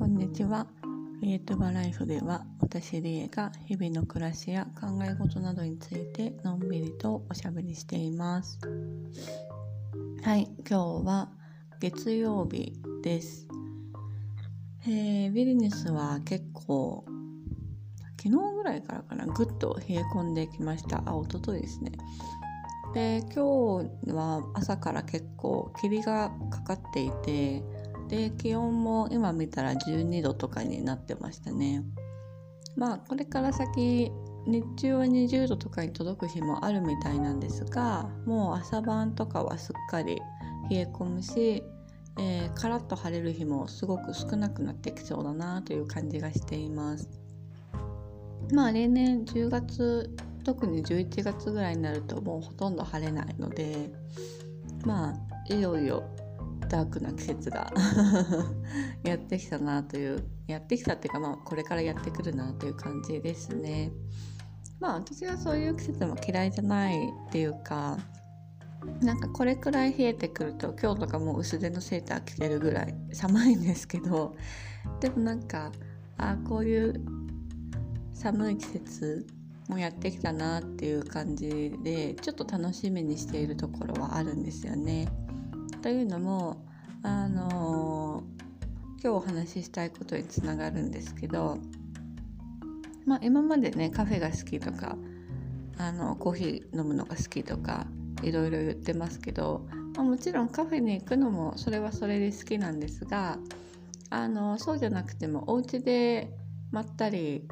こんにちは。リエトゥバライフでは、私リエが日々の暮らしや考え事などについてのんびりとおしゃべりしています。はい、今日は月曜日です。ビリニュスは結構昨日ぐらいからかな、ぐっと冷え込んできました。一昨日ですね。で、今日は朝から結構霧がかかっていて、で気温も今見たら12度とかになってましたね。これから先日中は20度とかに届く日もあるみたいなんですが、もう朝晩とかはすっかり冷え込むし、カラッと晴れる日もすごく少なくなってきそうだなという感じがしています。例年10月特に11月ぐらいになるともうほとんど晴れないので、いよいよダークな季節がやってきたっていうか、これからやってくるなという感じですね。私はそういう季節も嫌いじゃないっていうか、これくらい冷えてくると今日とかもう薄手のセーター着てるぐらい寒いんですけど、でもこういう寒い季節もやってきたなっていう感じで、ちょっと楽しみにしているところはあるんですよね。というのも今日お話ししたいことにつながるんですけど、今までね、カフェが好きとかコーヒー飲むのが好きとかいろいろ言ってますけど、もちろんカフェに行くのもそれはそれで好きなんですが、そうじゃなくてもお家でまったり、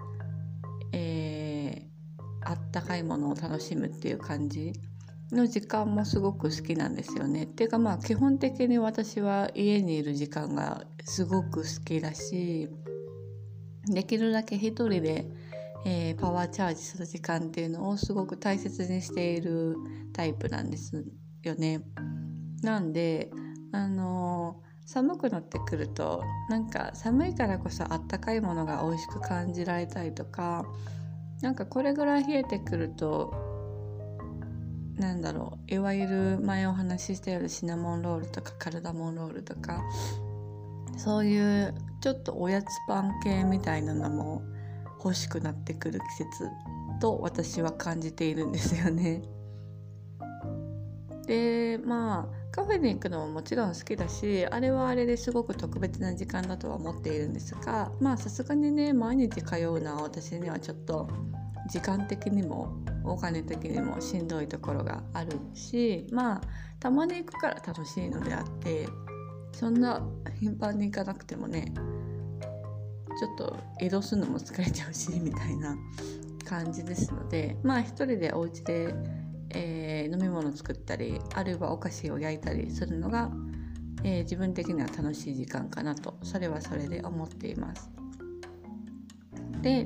あったかいものを楽しむっていう感じの時間もすごく好きなんですよね。っていうか基本的に私は家にいる時間がすごく好きだし、できるだけ一人で、パワーチャージする時間っていうのをすごく大切にしているタイプなんですよね。なんで寒くなってくると寒いからこそあったかいものが美味しく感じられたりとか、これぐらい冷えてくるといわゆる前お話ししたようなシナモンロールとかカルダモンロールとか、そういうちょっとおやつパン系みたいなのも欲しくなってくる季節と私は感じているんですよね。でカフェに行くのももちろん好きだし、あれはあれですごく特別な時間だとは思っているんですが、さすがにね、毎日通うのは私にはちょっと時間的にもお金的にもしんどいところがあるし、たまに行くから楽しいのであって、そんな頻繁に行かなくてもね、ちょっと移動するのも疲れちゃうしみたいな感じですので、一人でお家で、飲み物作ったり、あるいはお菓子を焼いたりするのが、自分的には楽しい時間かなと、それはそれで思っています。で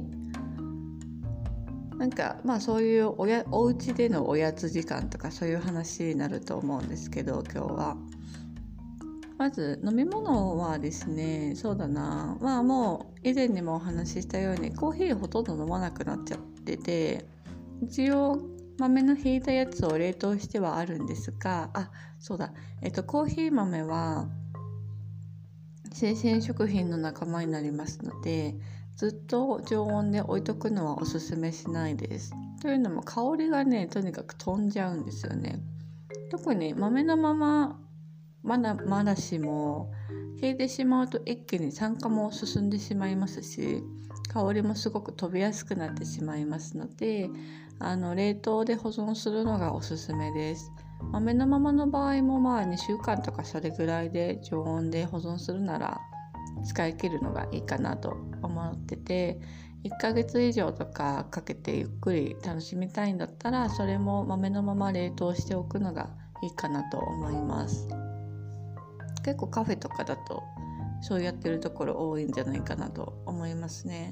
そういうお家でのおやつ時間とかそういう話になると思うんですけど、今日はまず飲み物はですね、もう以前にもお話ししたようにコーヒーほとんど飲まなくなっちゃってて、一応豆のひいたやつを冷凍してはあるんですが、コーヒー豆は生鮮食品の仲間になりますので、ずっと常温で置いとくのはおすすめしないです。というのも香りがね、とにかく飛んじゃうんですよね。特に豆のまままだしも冷えてしまうと一気に酸化も進んでしまいますし、香りもすごく飛びやすくなってしまいますので、冷凍で保存するのがおすすめです。豆のままの場合も2週間とかそれぐらいで常温で保存するなら使い切るのがいいかなと思ってて、1ヶ月以上とかかけてゆっくり楽しみたいんだったら、それも豆のまま冷凍しておくのがいいかなと思います。結構カフェとかだとそうやってるところ多いんじゃないかなと思いますね。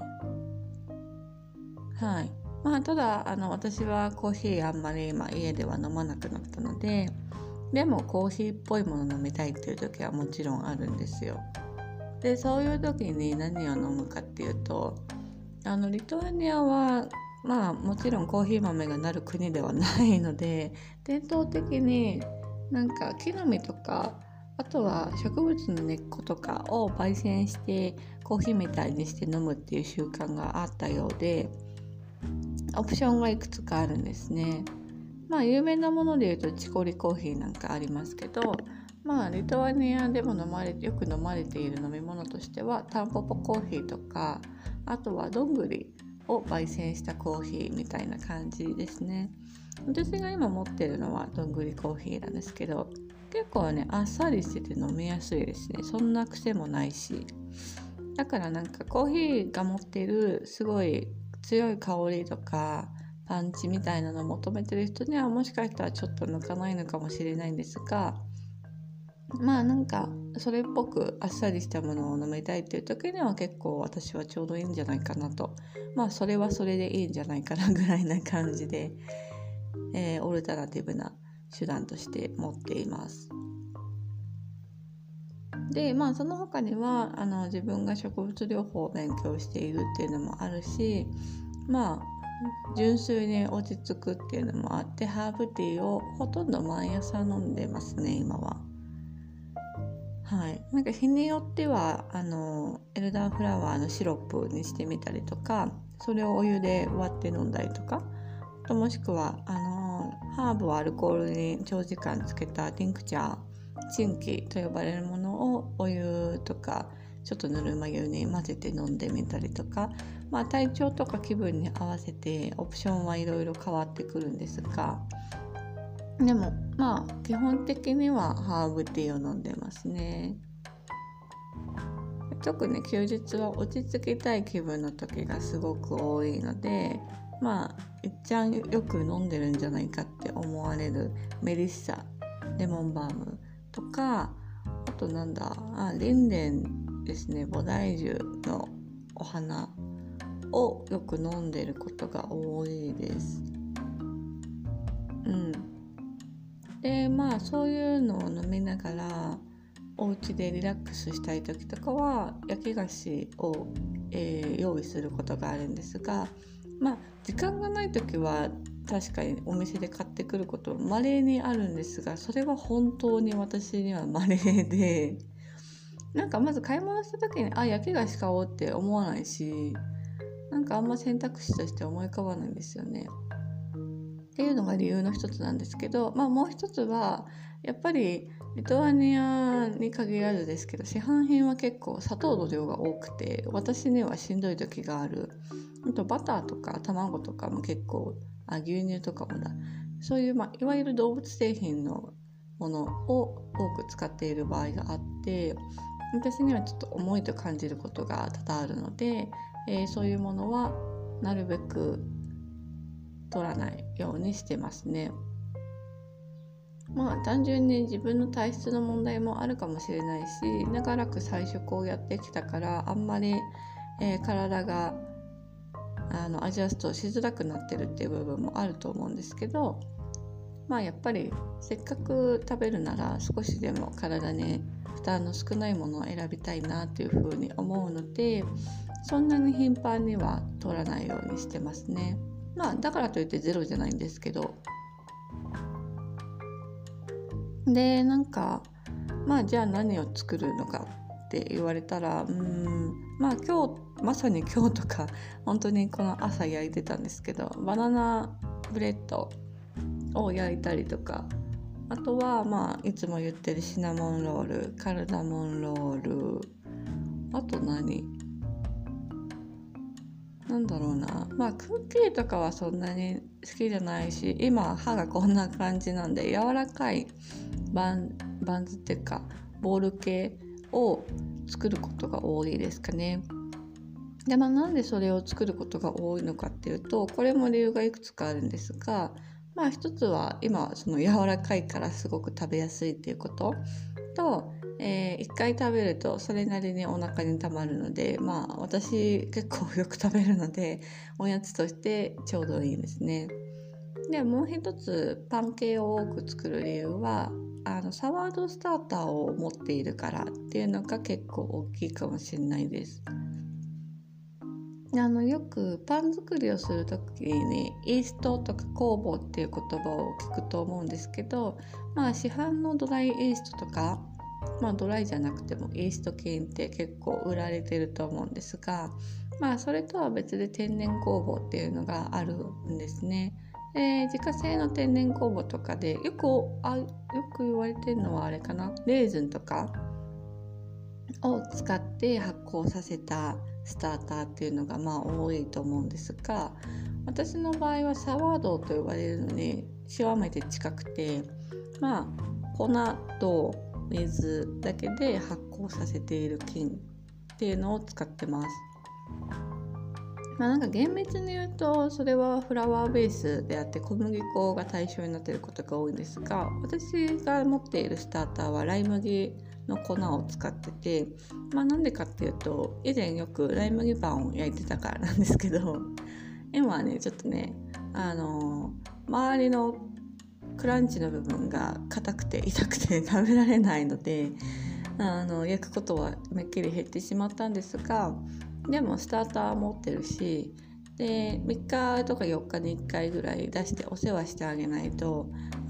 はい。ただ私はコーヒーあんまり家では飲まなくなったので、でもコーヒーっぽいもの飲みたいっていう時はもちろんあるんですよ。でそういう時に何を飲むかっていうと、リトアニアはもちろんコーヒー豆がなる国ではないので、伝統的に木の実とかあとは植物の根っことかを焙煎してコーヒーみたいにして飲むっていう習慣があったようで、オプションがいくつかあるんですね。有名なものでいうとチコリコーヒーなんかありますけど、リトアニアでもよく飲まれている飲み物としてはタンポポコーヒーとか、あとはどんぐりを焙煎したコーヒーみたいな感じですね。私が今持ってるのはどんぐりコーヒーなんですけど、結構ねあっさりしてて飲みやすいですね。そんな癖もないし、だからコーヒーが持っているすごい強い香りとかパンチみたいなのを求めてる人にはもしかしたらちょっと抜かないのかもしれないんですが、それっぽくあっさりしたものを飲みたいっていう時には結構私はちょうどいいんじゃないかなと、それはそれでいいんじゃないかなぐらいな感じで、オルタナティブな手段として持っています。でその他には自分が植物療法を勉強しているっていうのもあるし、純粋に落ち着くっていうのもあって、ハーブティーをほとんど毎朝飲んでますね今は。日によってはエルダーフラワーのシロップにしてみたりとか、それをお湯で割って飲んだりとか、もしくはハーブをアルコールに長時間つけたティンクチャー、チンキと呼ばれるものをお湯とかちょっとぬるま湯に混ぜて飲んでみたりとか、体調とか気分に合わせてオプションはいろいろ変わってくるんですが、でも基本的にはハーブティーを飲んでますね。特に休日は落ち着きたい気分の時がすごく多いので、いっちゃんよく飲んでるんじゃないかって思われるメリッサレモンバームとか、あとリンレンですね、菩提樹のお花をよく飲んでることが多いです。でそういうのを飲みながらお家でリラックスしたい時とかは焼き菓子を、用意することがあるんですが、時間がない時は確かにお店で買ってくることも稀にあるんですが、それは本当に私には稀で、まず買い物した時に焼き菓子買おうって思わないし、あんま選択肢として思い浮かばないんですよね。っていうのが理由の一つなんですけど、もう一つはやっぱりリトアニアに限らずですけど、市販品は結構砂糖の量が多くて私にはしんどい時がある。あとバターとか卵とかも結構牛乳とかもそういう、いわゆる動物製品のものを多く使っている場合があって、私にはちょっと重いと感じることが多々あるので、そういうものはなるべく取らないようにしてますね。単純に自分の体質の問題もあるかもしれないし、長らく菜食をやってきたからあんまり、体がアジャストしづらくなってるっていう部分もあると思うんですけど、やっぱりせっかく食べるなら少しでも体に負担の少ないものを選びたいなっていうふうに思うので、そんなに頻繁には取らないようにしてますね。だからといってゼロじゃないんですけど。でじゃあ何を作るのかって言われたら、今日まさに今日とか本当にこの朝焼いてたんですけど、バナナブレッドを焼いたりとか、あとはいつも言ってるシナモンロール、カルダモンロール、あとなんだろうな、クッキーとかはそんなに好きじゃないし、今歯がこんな感じなんで柔らかいバンズっていうかボール系を作ることが多いですかね。でなんでそれを作ることが多いのかっていうと、これも理由がいくつかあるんですが、一つは今その柔らかいからすごく食べやすいっていうことと、一回食べるとそれなりにお腹にたまるので、私結構よく食べるのでおやつとしてちょうどいいですね。でもう一つパン系を多く作る理由はサワードスターターを持っているからっていうのが結構大きいかもしれないです。よくパン作りをするときにイーストとか酵母っていう言葉を聞くと思うんですけど、市販のドライイーストとかドライじゃなくてもイースト菌って結構売られてると思うんですが、それとは別で天然酵母っていうのがあるんですね。で、自家製の天然酵母とかでよく言われてるのはあれかな、レーズンとかを使って発酵させたスターターっていうのが多いと思うんですが、私の場合はサワードと呼ばれるのに極めて近くて、粉と水だけで発酵させている菌っていうのを使ってます。厳密に言うとそれはフラワーベースであって小麦粉が対象になっていることが多いんですが、私が持っているスターターはライ麦の粉を使ってて、なんでかっていうと以前よくライ麦パンを焼いてたからなんですけど、今はねちょっとね周りのクランチの部分が硬くて痛くて食べられないので焼くことはめっきり減ってしまったんですが、でもスターター持ってるし、で3日とか4日に1回ぐらい出してお世話してあげないと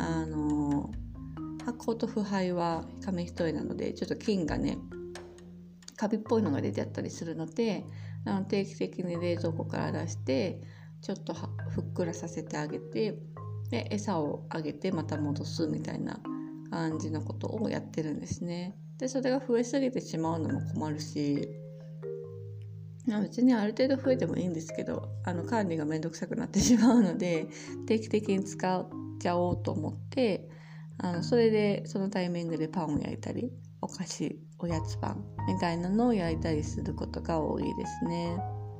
発酵と腐敗は紙一重なのでちょっと菌がねカビっぽいのが出てあったりするので、定期的に冷蔵庫から出してちょっとふっくらさせてあげて、で餌をあげてまた戻すみたいな感じのことをやってるんですね。でそれが増えすぎてしまうのも困るし、別にある程度増えてもいいんですけど管理がめんどくさくなってしまうので定期的に使っちゃおうと思ってそれでそのタイミングでパンを焼いたりお菓子おやつパンみたいなのを焼いたりすることが多いですね。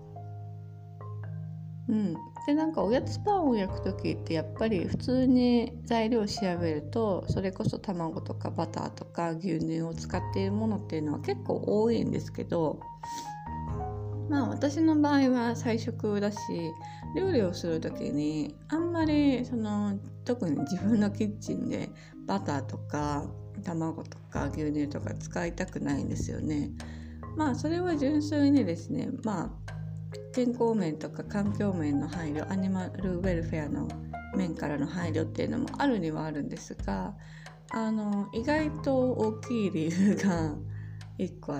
でおやつパンを焼く時ってやっぱり普通に材料を調べるとそれこそ卵とかバターとか牛乳を使っているものっていうのは結構多いんですけど、私の場合は菜食だし料理をする時にあんまり特に自分のキッチンでバターとか卵とか牛乳とか使いたくないんですよね。それは純粋にですね健康面とか環境面の配慮アニマルウェルフェアの面からの配慮っていうのもあるにはあるんですが意外と大きい理由が1個あって、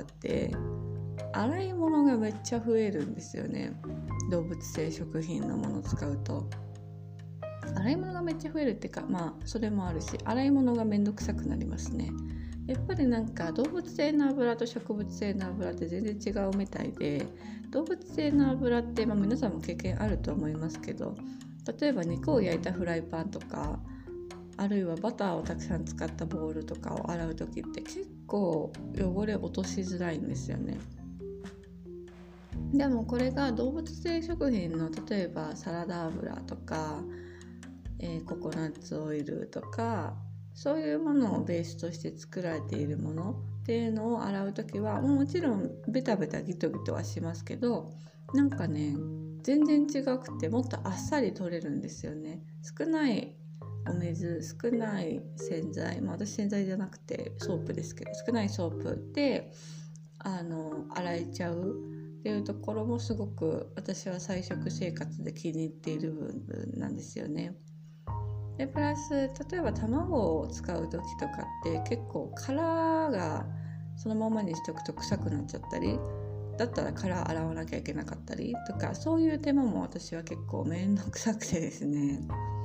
洗い物がめっちゃ増えるんですよね。動物性食品のものを使うと洗い物がめっちゃ増えるっていうかそれもあるし洗い物がめんどくさくなりますね。やっぱり動物性の油と植物性の油って全然違うみたいで、動物性の油って、皆さんも経験あると思いますけど、例えば肉を焼いたフライパンとかあるいはバターをたくさん使ったボウルとかを洗う時って結構汚れ落としづらいんですよね。でもこれが動物性食品の例えばサラダ油とか、ココナッツオイルとかそういうものをベースとして作られているものっていうのを洗うときはもちろんベタベタギトギトはしますけど全然違くてもっとあっさり取れるんですよね。少ないお水少ない洗剤、私洗剤じゃなくてソープですけど少ないソープで洗えちゃうっていうところもすごく私は菜食生活で気に入っている部分なんですよね。でプラス例えば卵を使う時とかって結構殻がそのままにしとくと臭くなっちゃったりだったら殻洗わなきゃいけなかったりとか、そういう手間も私は結構めんどくさくてですね、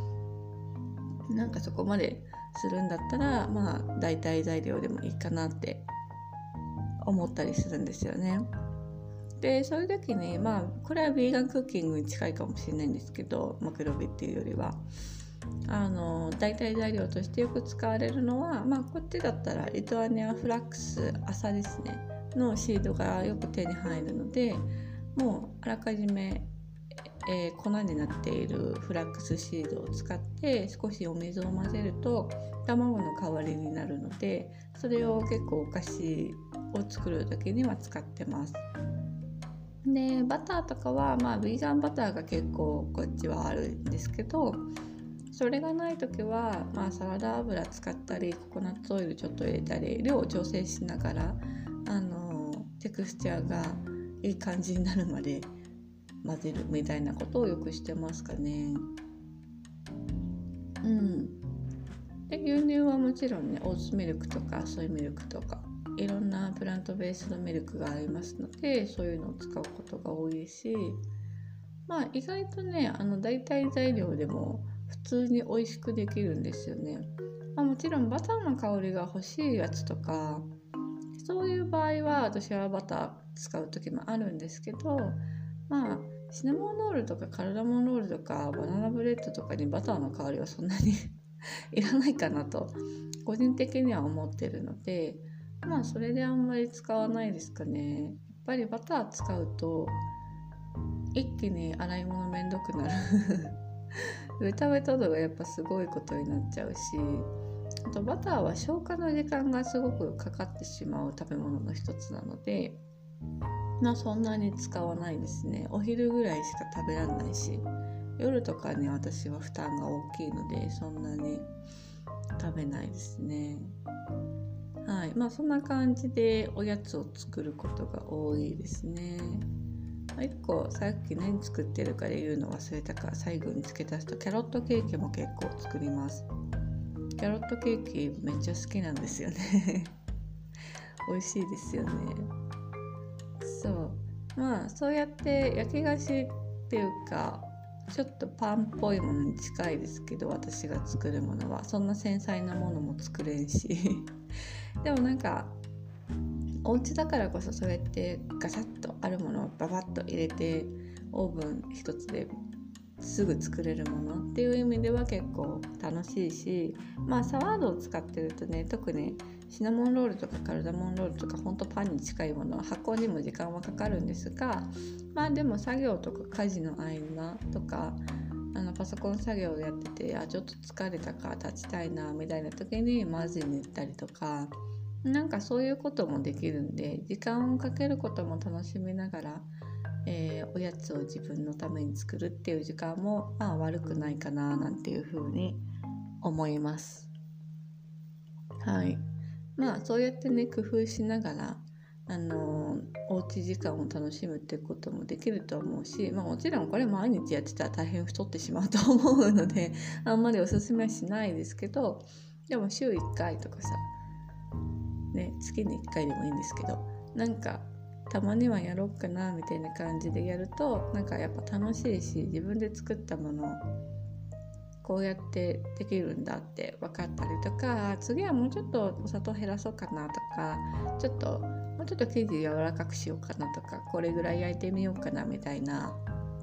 そこまでするんだったら代替材料でもいいかなって思ったりするんですよね。でそういう時にこれはビーガンクッキングに近いかもしれないんですけど、マクロビっていうよりは代替材料としてよく使われるのは、こっちだったらリトアニアフラックス麻ですねのシードがよく手に入るので、もうあらかじめ、粉になっているフラックスシードを使って少しお水を混ぜると卵の代わりになるので、それを結構お菓子を作る時には使ってます。でバターとかはビーガンバターが結構こっちはあるんですけど、それがない時は、サラダ油使ったりココナッツオイルちょっと入れたり量を調整しながらテクスチャーがいい感じになるまで混ぜるみたいなことをよくしてますかね。 で牛乳はもちろんね、オーツミルクとかソイミルクとかいろんなプラントベースのミルクがありますので、そういうのを使うことが多いし、意外とね、代替材料でも普通に美味しくできるんですよね。もちろんバターの香りが欲しいやつとか、そういう場合は私はバター使う時もあるんですけど、シナモンロールとかカルダモンロールとかバナナブレッドとかにバターの香りはそんなにいらないかなと個人的には思ってるので、それであんまり使わないですかね。やっぱりバター使うと一気に洗い物めんどくなるベタベタ度がやっぱすごいことになっちゃうし、あとバターは消化の時間がすごくかかってしまう食べ物の一つなので、そんなに使わないですね。お昼ぐらいしか食べられないし、夜とかに私は負担が大きいのでそんなに食べないですね。はい、そんな感じでおやつを作ることが多いですね。1個さっき何作ってるかで言うの忘れたから最後に付け足すと、キャロットケーキも結構作ります。キャロットケーキめっちゃ好きなんですよね美味しいですよね。そうやって焼き菓子っていうかちょっとパンっぽいものに近いですけど、私が作るものはそんな繊細なものも作れんしでもお家だからこそそうやってガサッとあるものをババッと入れてオーブン一つですぐ作れるものっていう意味では結構楽しいし、サワードを使ってるとね、特にシナモンロールとかカルダモンロールとかほんとパンに近いものは発酵にも時間はかかるんですが、でも作業とか家事の合間とかパソコン作業でやっててちょっと疲れたから立ちたいなみたいな時に混ぜに行ったりとか、そういうこともできるんで、時間をかけることも楽しみながら、おやつを自分のために作るっていう時間も悪くないかななんていうふうに思います。はい、そうやってね工夫しながらおうち時間を楽しむっていうこともできると思うし、もちろんこれ毎日やってたら大変太ってしまうと思うのであんまりおすすめはしないですけど、でも週1回とかさ、月に1回でもいいんですけど、たまにはやろうかなみたいな感じでやるとやっぱ楽しいし、自分で作ったものこうやってできるんだって分かったりとか、次はもうちょっとお砂糖減らそうかなとか、もうちょっと生地柔らかくしようかなとか、これぐらい焼いてみようかなみたいな、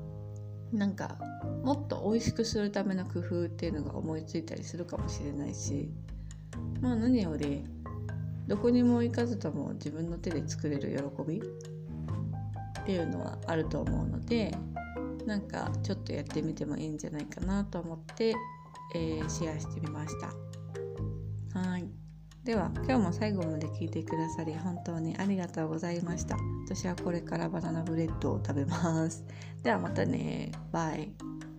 もっと美味しくするための工夫っていうのが思いついたりするかもしれないし、何よりどこにも行かずとも自分の手で作れる喜びっていうのはあると思うので、ちょっとやってみてもいいんじゃないかなと思って、シェアしてみました。はい、では今日も最後まで聞いてくださり本当にありがとうございました。私はこれからバナナブレッドを食べます。ではまたね、バイ。